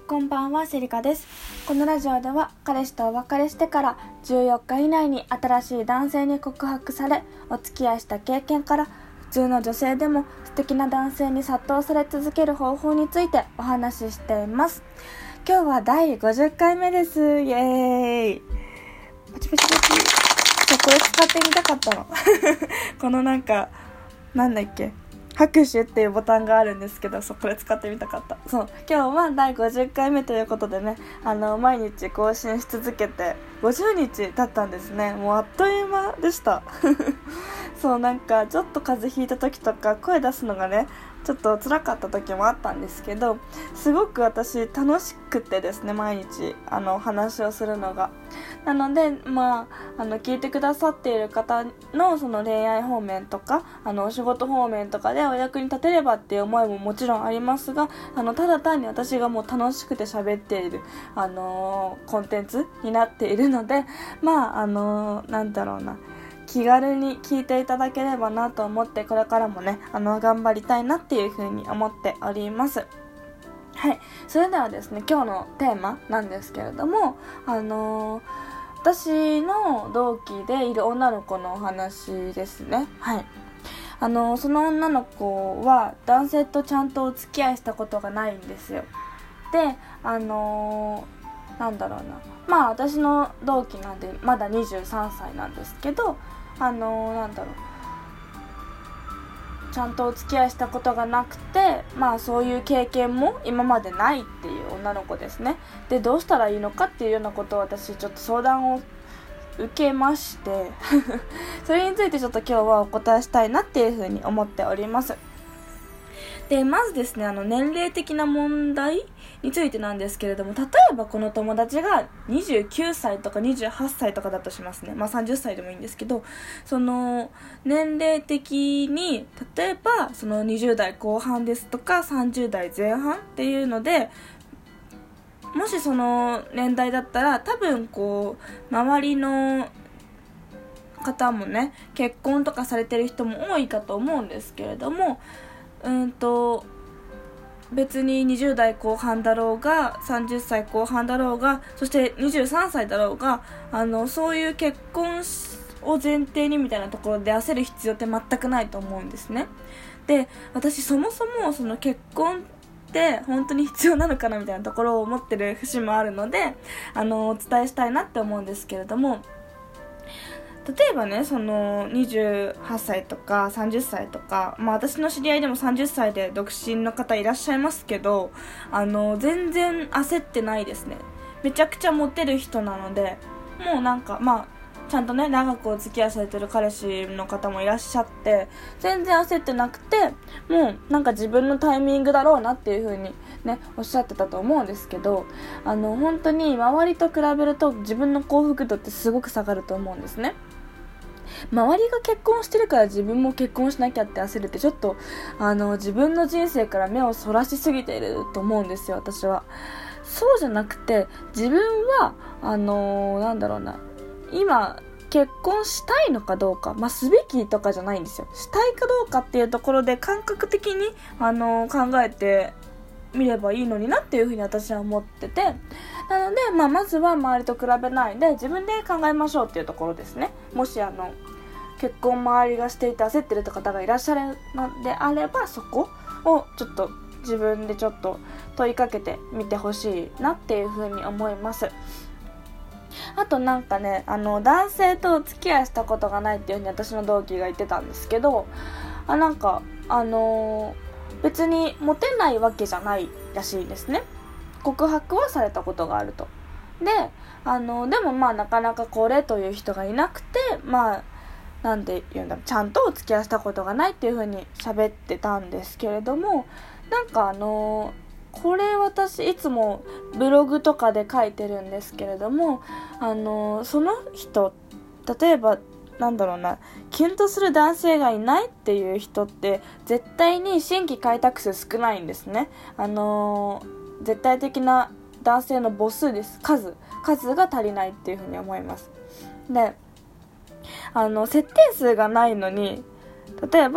こんばんは、セリカです。このラジオでは彼氏とお別れしてから14日以内に新しい男性に告白され、お付き合いした経験から普通の女性でも素敵な男性に殺到され続ける方法についてお話ししています。今日は第50回目です。イエーイ。パチパチパチ。これ使ってみたかったのこのなんだっけ、拍手っていうボタンがあるんですけど、これ使ってみたかった。今日は第50回目ということでね、毎日更新し続けて50日経ったんですね。もうあっという間でしたちょっと風邪ひいた時とか声出すのがねちょっと辛かった時もあったんですけど、すごく私楽しくてですね、毎日話をするのが。なので聞いてくださっている方のその恋愛方面とかお仕事方面とかでお役に立てればっていう思いももちろんありますが、ただ単に私がもう楽しくて喋っているコンテンツになっているので、気軽に聞いていただければなと思って、これからもね頑張りたいなっていうふうに思っております。はい、それではですね、今日のテーマなんですけれども、私の同期でいる女の子のお話ですね。はい。その女の子は男性とちゃんとお付き合いしたことがないんですよ。で、私の同期なんでまだ23歳なんですけど、ちゃんとお付き合いしたことがなくて、そういう経験も今までないっていう女の子ですね。で、どうしたらいいのかっていうようなことを私ちょっと相談を受けましてそれについてちょっと今日はお答えしたいなっていうふうに思っております。で、まずですね、年齢的な問題についてなんですけれども、例えばこの友達が29歳とか28歳とかだとしますね。30歳でもいいんですけど、その年齢的に例えばその20代後半ですとか30代前半っていうので、もしその年代だったら多分周りの方もね結婚とかされてる人も多いかと思うんですけれども、別に20代後半だろうが30歳後半だろうが、そして23歳だろうがそういう結婚を前提にみたいなところで焦る必要って全くないと思うんですね。で、私そもそもその結婚って本当に必要なのかなみたいなところを思ってる節もあるのでお伝えしたいなって思うんですけれども、例えばね、その28歳とか30歳とか、私の知り合いでも30歳で独身の方いらっしゃいますけど、全然焦ってないですね。めちゃくちゃモテる人なので、もうちゃんとね長くお付き合いされてる彼氏の方もいらっしゃって、全然焦ってなくて、もう自分のタイミングだろうなっていう風にねおっしゃってたと思うんですけど、本当に周りと比べると自分の幸福度ってすごく下がると思うんですね。周りが結婚してるから自分も結婚しなきゃって焦るってちょっと自分の人生から目をそらしすぎていると思うんですよ、私は。そうじゃなくて、自分は今結婚したいのかどうか、すべきとかじゃないんですよ。したいかどうかっていうところで感覚的に考えてみればいいのになっていうふうに私は思ってて、なので、まずは周りと比べないで自分で考えましょうっていうところですね。もし結婚周りがしていて焦ってる方がいらっしゃるのであれば、そこをちょっと自分でちょっと問いかけてみてほしいなっていうふうに思います。あと男性とお付き合いしたことがないっていうふうに私の同期が言ってたんですけど、別にモテないわけじゃないらしいですね。告白はされたことがあると。で、でもなかなかこれという人がいなくて、ちゃんとお付き合いしたことがないっていう風に喋ってたんですけれども、これ私いつもブログとかで書いてるんですけれども、その人、例えばキュンとする男性がいないっていう人って絶対に新規開拓数少ないんですね。絶対的な男性の母数です。数が足りないっていうふうに思います。で、設定数がないのに、例えば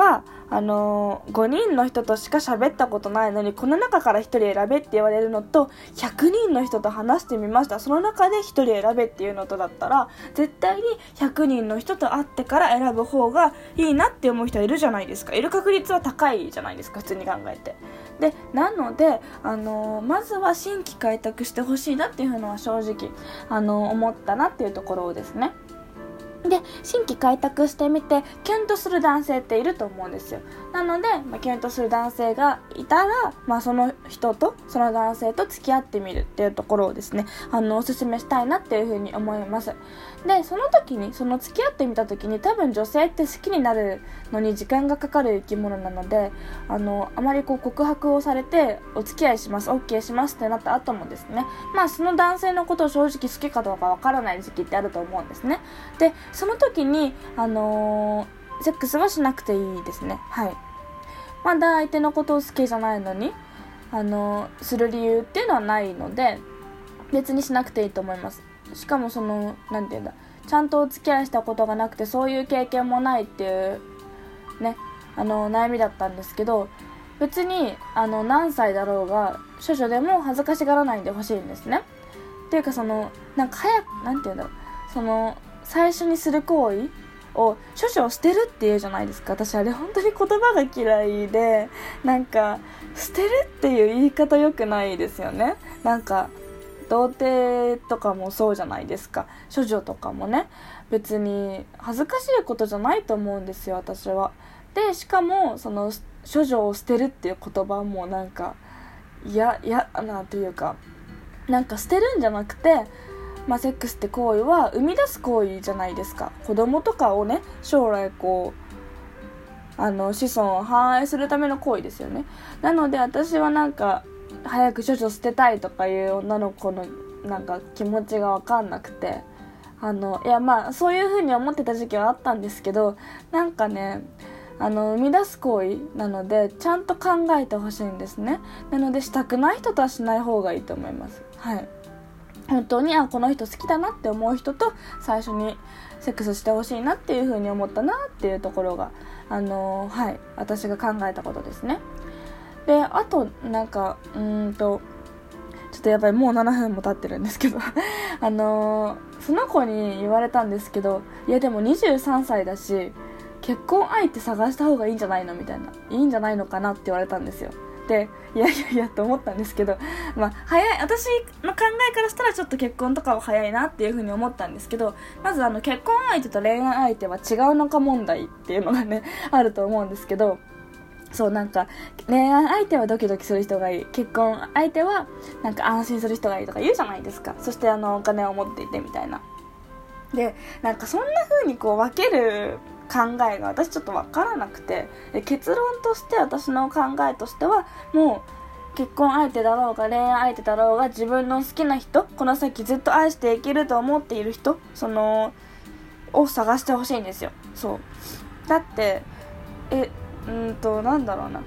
5人の人としか喋ったことないのにこの中から1人選べって言われるのと、100人の人と話してみました、その中で1人選べっていうのとだったら、絶対に100人の人と会ってから選ぶ方がいいなって思う人はいるじゃないですか。いる確率は高いじゃないですか、普通に考えて。でなので、まずは新規開拓してほしいなっていうのは正直思ったなっていうところですね。で新規開拓してみてキュンとする男性っていると思うんですよ。なので、キュンとする男性がいたら、その人とその男性と付き合ってみるっていうところをですね、おすすめしたいなっていうふうに思います。でその時に、その付き合ってみた時に、多分女性って好きになるのに時間がかかる生き物なので、あまり告白をされてお付き合いします OK しますってなった後もですね、その男性のことを正直好きかどうかわからない時期ってあると思うんですね。でその時にセックスはしなくていいですね。はい。まだ相手のことを好きじゃないのにする理由っていうのはないので、別にしなくていいと思います。しかもなんていうんだ、ちゃんとお付き合いしたことがなくてそういう経験もないっていうね悩みだったんですけど、別に何歳だろうが処女でも恥ずかしがらないんでほしいんですね。っていうかなんかなんていうんだろう、最初にする行為を処女を捨てるっていうじゃないですか。私あれ本当に言葉が嫌いで、なんか捨てるっていう言い方良くないですよね。なんか童貞とかもそうじゃないですか。処女とかもね、別に恥ずかしいことじゃないと思うんですよ、私は。でしかも処女を捨てるっていう言葉もなんか嫌なというか、なんか捨てるんじゃなくて、セックスって行為は生み出す行為じゃないですか。子供とかをね、将来子孫を繁栄するための行為ですよね。なので私はなんか早く処女捨てたいとかいう女の子のなんか気持ちが分かんなくて、いやそういう風に思ってた時期はあったんですけど、なんかね生み出す行為なのでちゃんと考えてほしいんですね。なのでしたくない人とはしない方がいいと思います。はい。本当にこの人好きだなって思う人と最初にセックスしてほしいなっていう風に思ったなっていうところがはい、私が考えたことですね。であとなんかちょっとやっぱりもう7分も経ってるんですけどその子に言われたんですけど、いやでも23歳だし結婚相手探した方がいいんじゃないのみたいな、いいんじゃないのかなって言われたんですよ。でいやと思ったんですけど、早い、私の考えからしたらちょっと結婚とかは早いなっていう風に思ったんですけど、まず結婚相手と恋愛相手は違うのか問題っていうのがねあると思うんですけど、そうなんか恋愛相手はドキドキする人がいい、結婚相手はなんか安心する人がいいとか言うじゃないですか。そしてお金を持っていてみたいな。でなんかそんな風に分ける考えが私ちょっと分からなくて、結論として私の考えとしては、もう結婚相手だろうが恋愛相手だろうが自分の好きな人、この先ずっと愛していけると思っている人を探してほしいんですよ。そうだってなんだろうな、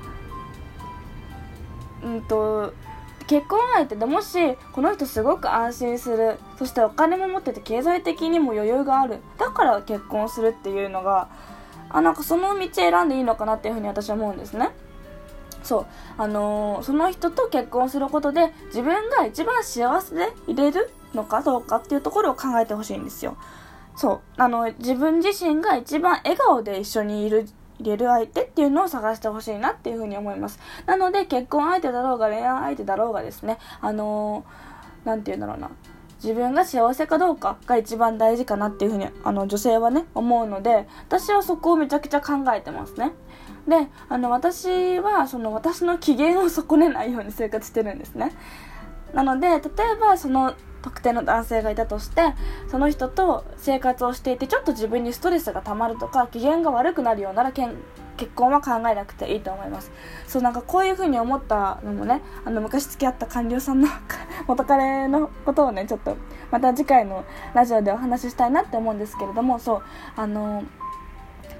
結婚相手でもしこの人すごく安心する、そしてお金も持ってて経済的にも余裕がある、だから結婚するっていうのがなんかその道選んでいいのかなっていうふうに私は思うんですね。その人と結婚することで自分が一番幸せでいれるのかどうかっていうところを考えてほしいんですよ。自分自身が一番笑顔で一緒にいれる相手っていうのを探してほしいなっていうふうに思います。なので結婚相手だろうが恋愛相手だろうがですね、なんていうんだろうな、自分が幸せかどうかが一番大事かなっていうふうに女性はね思うので、私はそこをめちゃくちゃ考えてますね。で私は私の機嫌を損ねないように生活してるんですね。なので例えば特定の男性がいたとして、その人と生活をしていてちょっと自分にストレスが溜まるとか機嫌が悪くなるようなら結婚は考えなくていいと思います。なんかこういう風に思ったのもね、昔付き合った官僚さんの元彼のことをねちょっとまた次回のラジオでお話ししたいなって思うんですけれども、ち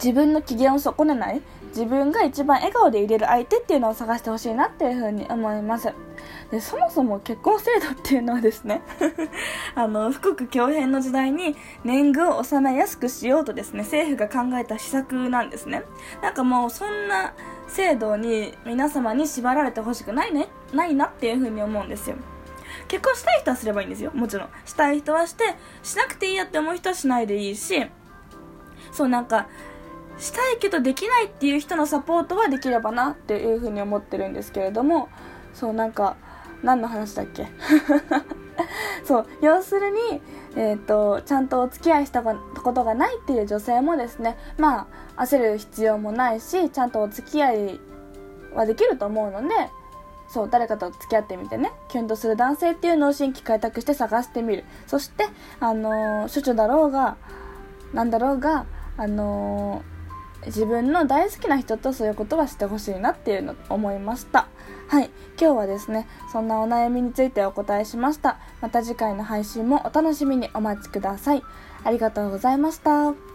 自分の機嫌を損ねない、自分が一番笑顔でいれる相手っていうのを探してほしいなっていうふうに思います。でそもそも結婚制度っていうのはですね富国強兵の時代に年貢を納めやすくしようとですね、政府が考えた施策なんですね。なんかもうそんな制度に皆様に縛られてほしくないなっていうふうに思うんですよ。結婚したい人はすればいいんですよ。もちろんしたい人はして、しなくていいやって思う人はしないでいいし、そうなんかしたいけどできないっていう人のサポートはできればなっていうふうに思ってるんですけれども、そうなんか何の話だっけそう要するに、ちゃんとお付き合いしたことがないっていう女性もですね、まあ焦る必要もないし、ちゃんとお付き合いはできると思うので、そう誰かと付き合ってみてね、キュンとする男性っていうのを新規開拓して探してみる。そして処女だろうがなんだろうが自分の大好きな人とそういうことはしてほしいなっていうのを思いました。はい、今日はですねそんなお悩みについてお答えしました。また次回の配信もお楽しみにお待ちください。ありがとうございました。